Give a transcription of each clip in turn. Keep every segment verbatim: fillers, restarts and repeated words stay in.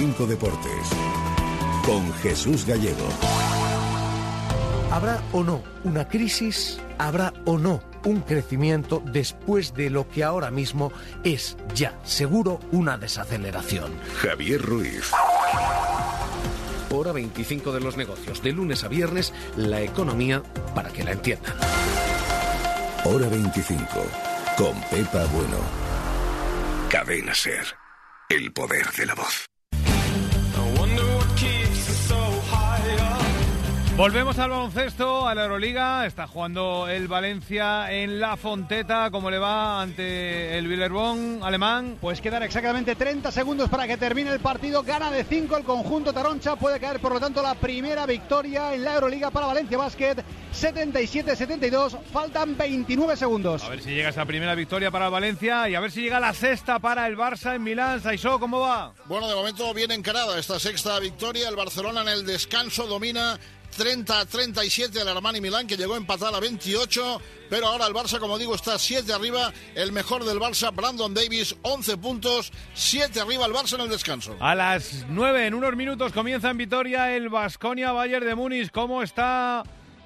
veinticinco Deportes, con Jesús Gallego. ¿Habrá o no una crisis? ¿Habrá o no un crecimiento después de lo que ahora mismo es ya seguro una desaceleración? Javier Ruiz. Hora veinticinco de los negocios, de lunes a viernes, la economía para que la entiendan. Hora veinticinco, con Pepa Bueno. Cadena SER, el poder de la voz. Volvemos al baloncesto, a la Euroliga. Está jugando el Valencia en La Fonteta. ¿Cómo le va ante el Villerbón alemán? Pues quedan exactamente treinta segundos para que termine el partido. Gana de cinco el conjunto taroncha. Puede caer, por lo tanto, la primera victoria en la Euroliga para Valencia Basket. setenta y siete setenta y dos. Faltan veintinueve segundos. A ver si llega esa primera victoria para el Valencia y a ver si llega la sexta para el Barça en Milán. Saisó, ¿cómo va? Bueno, de momento bien encarada esta sexta victoria. El Barcelona en el descanso domina treinta a treinta y siete al Armani Milán, que llegó a empatar a veintiocho, pero ahora el Barça, como digo, está siete arriba. El mejor del Barça, Brandon Davis, once puntos, siete arriba el Barça en el descanso. A las nueve, en unos minutos, comienza en Vitoria el Baskonia Bayern de Múnich. ¿Cómo está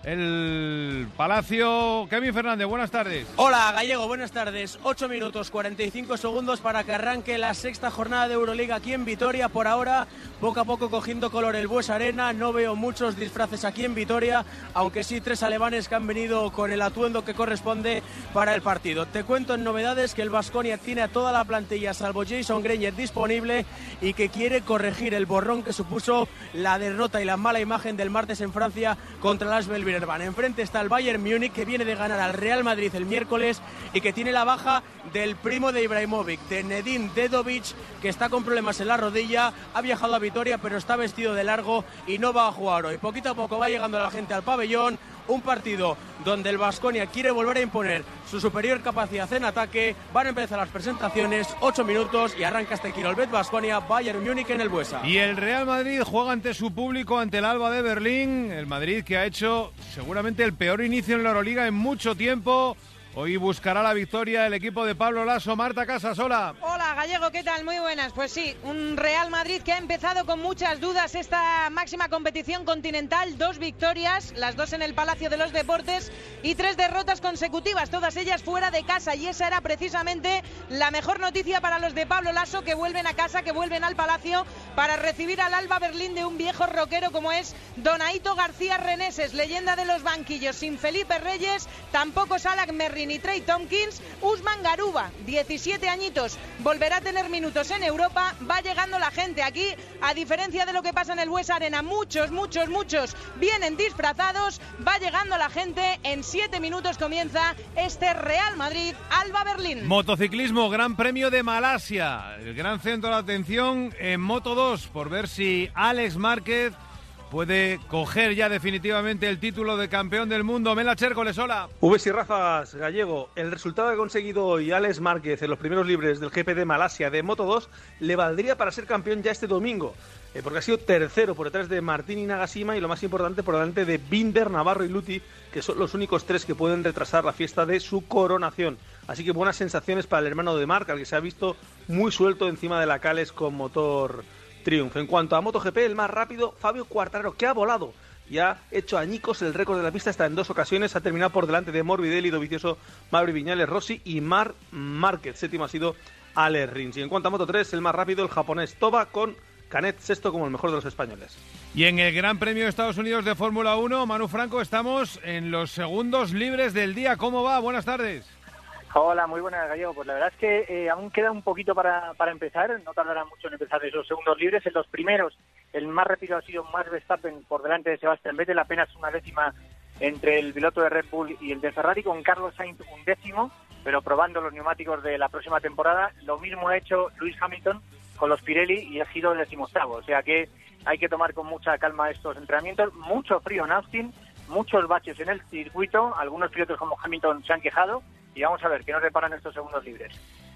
el Palacio? Kevin Fernández, buenas tardes. Hola, Gallego, buenas tardes. ocho minutos, cuarenta y cinco segundos para que arranque la sexta jornada de Euroliga aquí en Vitoria. Por ahora, poco a poco cogiendo color el Bues Arena. No veo muchos disfraces aquí en Vitoria, aunque sí tres alemanes que han venido con el atuendo que corresponde para el partido. Te cuento en novedades que el Baskonia tiene a toda la plantilla, salvo Jason Greiner, disponible y que quiere corregir el borrón que supuso la derrota y la mala imagen del martes en Francia contra las Belvira. Enfrente está el Bayern Múnich, que viene de ganar al Real Madrid el miércoles y que tiene la baja del primo de Ibrahimovic, de Nedim Dedovic, que está con problemas en la rodilla. Ha viajado a Vitoria, pero está vestido de largo y no va a jugar hoy. Poquito a poco va llegando la gente al pabellón. Un partido donde el Baskonia quiere volver a imponer su superior capacidad en ataque. Van a empezar las presentaciones, ocho minutos, y arranca este Kirolbet Baskonia, Bayern Múnich en el Buesa. Y el Real Madrid juega ante su público, ante el Alba de Berlín. El Madrid, que ha hecho seguramente el peor inicio en la Euroliga en mucho tiempo. Hoy buscará la victoria el equipo de Pablo Laso. Marta Casas, hola. Hola, Gallego, ¿qué tal? Muy buenas. Pues sí, un Real Madrid que ha empezado con muchas dudas esta máxima competición continental. Dos victorias, las dos en el Palacio de los Deportes, y tres derrotas consecutivas, todas ellas fuera de casa. Y esa era precisamente la mejor noticia para los de Pablo Laso, que vuelven a casa, que vuelven al Palacio para recibir al Alba Berlín de un viejo rockero como es Donaito García Reneses, leyenda de los banquillos. Sin Felipe Reyes, tampoco Salak Merrin y Trey Tompkins. Usman Garuba, diecisiete añitos, volverá a tener minutos en Europa. Va llegando la gente aquí, a diferencia de lo que pasa en el Bues Arena. Muchos, muchos, muchos vienen disfrazados. Va llegando la gente. En siete minutos comienza este Real Madrid Alba Berlín. Motociclismo, Gran Premio de Malasia. El gran centro de atención en Moto dos, por ver si Alex Márquez puede coger ya definitivamente el título de campeón del mundo. Mela Chércoles, hola. Vs y Ráfagas, Gallego. El resultado que ha conseguido hoy Alex Márquez en los primeros libres del G P de Malasia de Moto dos le valdría para ser campeón ya este domingo, eh, porque ha sido tercero por detrás de Martín y Nagashima, y lo más importante, por delante de Binder, Navarro y Luti, que son los únicos tres que pueden retrasar la fiesta de su coronación. Así que buenas sensaciones para el hermano de Marc, al que se ha visto muy suelto encima de la Cales con motor Triumph. En cuanto a MotoGP, el más rápido, Fabio Quartararo, que ha volado y ha hecho añicos el récord de la pista hasta en dos ocasiones. Ha terminado por delante de Morbidelli, Dovizioso, Maverick Viñales, Rossi y Marc Márquez. Séptimo ha sido Alex Rins. Y en cuanto a Moto tres, el más rápido, el japonés Toba, con Canet sexto como el mejor de los españoles. Y en el Gran Premio de Estados Unidos de Fórmula uno, Manu Franco, estamos en los segundos libres del día. ¿Cómo va? Buenas tardes. Hola, muy buenas, Gallego. Pues la verdad es que eh, aún queda un poquito para, para empezar. No tardará mucho en empezar esos segundos libres. En los primeros, el más rápido ha sido Max Verstappen por delante de Sebastian Vettel, apenas una décima entre el piloto de Red Bull y el de Ferrari, con Carlos Sainz un décimo, pero probando los neumáticos de la próxima temporada. Lo mismo ha hecho Lewis Hamilton con los Pirelli y ha sido el decimoctavo. O sea que hay que tomar con mucha calma estos entrenamientos. Mucho frío en Austin, muchos baches en el circuito. Algunos pilotos como Hamilton se han quejado. Y vamos a ver qué nos reparan estos segundos libres.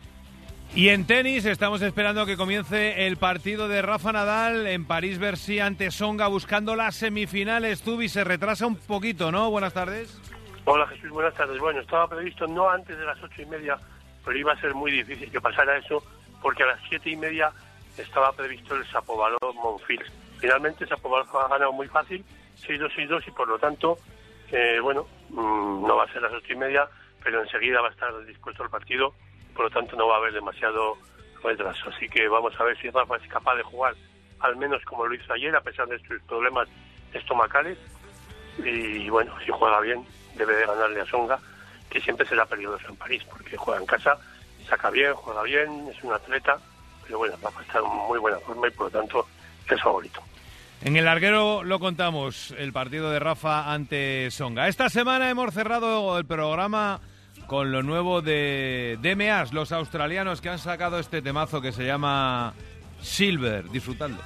Y en tenis estamos esperando que comience el partido de Rafa Nadal en París-Bercy ante Songa, buscando las semifinales. Tubi, se retrasa un poquito, ¿no? Buenas tardes. Hola, Jesús, buenas tardes. Bueno, estaba previsto no antes de las ocho y media, pero iba a ser muy difícil que pasara eso, porque a las siete y media estaba previsto el Sapovalov Monfils. Finalmente Sapovalov ha ganado muy fácil, seis dos, seis dos, y por lo tanto, eh, bueno, mmm, no va a ser las ocho y media, pero enseguida va a estar dispuesto el partido, por lo tanto no va a haber demasiado retraso. Así que vamos a ver si Rafa es capaz de jugar, al menos como lo hizo ayer, a pesar de sus problemas estomacales. Y bueno, si juega bien, debe de ganarle a Tsonga, que siempre será peligroso en París, porque juega en casa, saca bien, juega bien, es un atleta, pero bueno, Rafa está en muy buena forma y por lo tanto es favorito. En el larguero lo contamos, el partido de Rafa ante Tsonga. Esta semana hemos cerrado el programa con lo nuevo de D M As, los australianos que han sacado este temazo que se llama Silver. Disfrutando.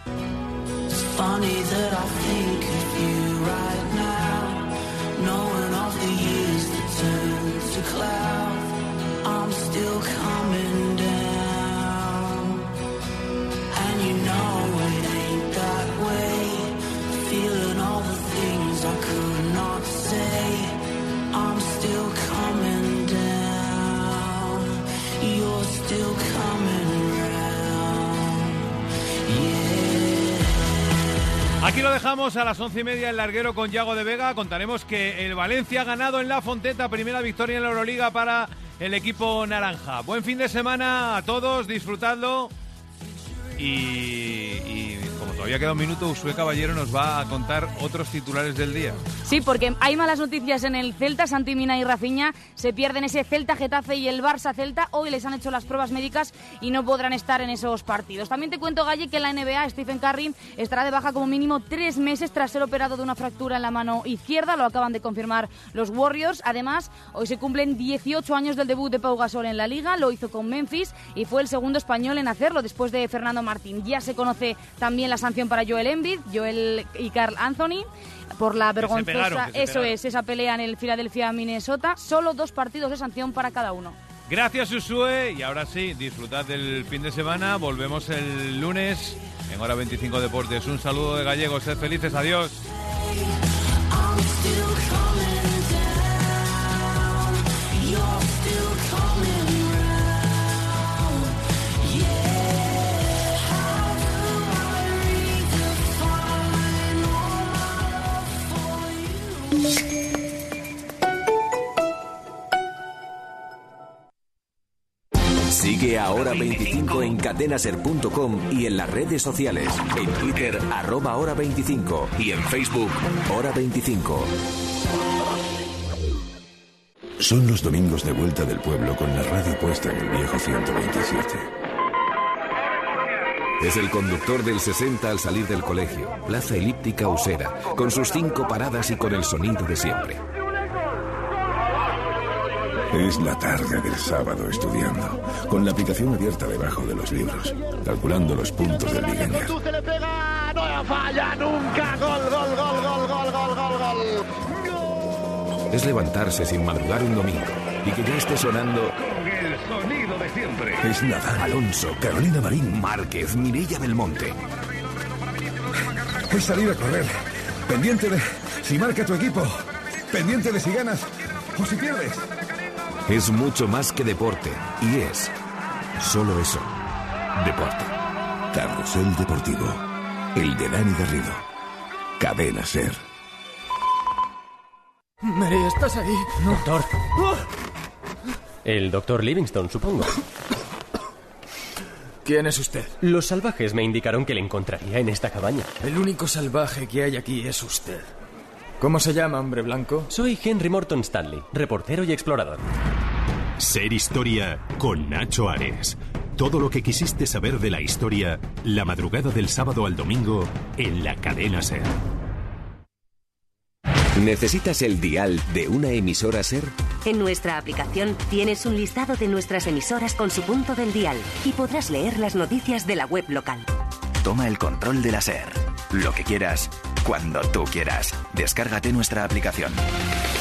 Aquí lo dejamos a las once y media el larguero con Yago de Vega. Contaremos que el Valencia ha ganado en La Fonteta, primera victoria en la Euroliga para el equipo naranja. Buen fin de semana a todos, disfrutadlo. Y, y como todavía queda un minuto, Uxue Caballero nos va a contar otros titulares del día. Sí, porque hay malas noticias en el Celta. Santi Mina y Rafinha se pierden ese Celta-Getafe y el Barça-Celta. Hoy les han hecho las pruebas médicas y no podrán estar en esos partidos. También te cuento, Galle, que en la N B A Stephen Curry estará de baja como mínimo tres meses tras ser operado de una fractura en la mano izquierda. Lo acaban de confirmar los Warriors. Además, hoy se cumplen dieciocho años del debut de Pau Gasol en la Liga. Lo hizo con Memphis y fue el segundo español en hacerlo después de Fernando Martín. Ya se conoce también la sanción para Joel Embiid, Joel y Karl Anthony por la vergonzosa, pegaron, eso es, esa pelea en el Philadelphia, Minnesota. Solo dos partidos de sanción para cada uno. Gracias, Uxue, y ahora sí, disfrutad del fin de semana. Volvemos el lunes en Hora veinticinco Deportes. Un saludo de Gallegos, sed felices, adiós. Sigue a Hora veinticinco en cadena ser punto com y en las redes sociales. En Twitter, arroba Hora veinticinco y en Facebook, Hora veinticinco. Son los domingos de vuelta del pueblo con la radio puesta en el viejo ciento veintisiete. Es el conductor del sesenta al salir del colegio, Plaza Elíptica Usera, con sus cinco paradas y con el sonido de siempre. Es la tarde del sábado estudiando, con la aplicación abierta debajo de los libros, calculando los puntos del beginner. Se le pega, no falla nunca, gol, gol, gol, gol, gol, gol, gol, gol. Es levantarse sin madrugar un domingo y que ya esté sonando el sonido de siempre. Es Nadal, Alonso, Carolina Marín, Márquez, Mireia Belmonte. Es salir a correr, pendiente de si marca tu equipo, pendiente de si ganas o si pierdes. Es mucho más que deporte y es solo eso, deporte. Carrusel Deportivo, el de Dani Garrido. Cadena Ser. Mary, ¿estás ahí? Doctor. El doctor Livingstone, supongo. ¿Quién es usted? Los salvajes me indicaron que le encontraría en esta cabaña. El único salvaje que hay aquí es usted. ¿Cómo se llama, hombre blanco? Soy Henry Morton Stanley, reportero y explorador. Ser Historia con Nacho Ares. Todo lo que quisiste saber de la historia, la madrugada del sábado al domingo en la cadena Ser. ¿Necesitas el dial de una emisora Ser? En nuestra aplicación tienes un listado de nuestras emisoras con su punto del dial y podrás leer las noticias de la web local. Toma el control de la Ser. Lo que quieras, cuando tú quieras. Descárgate nuestra aplicación.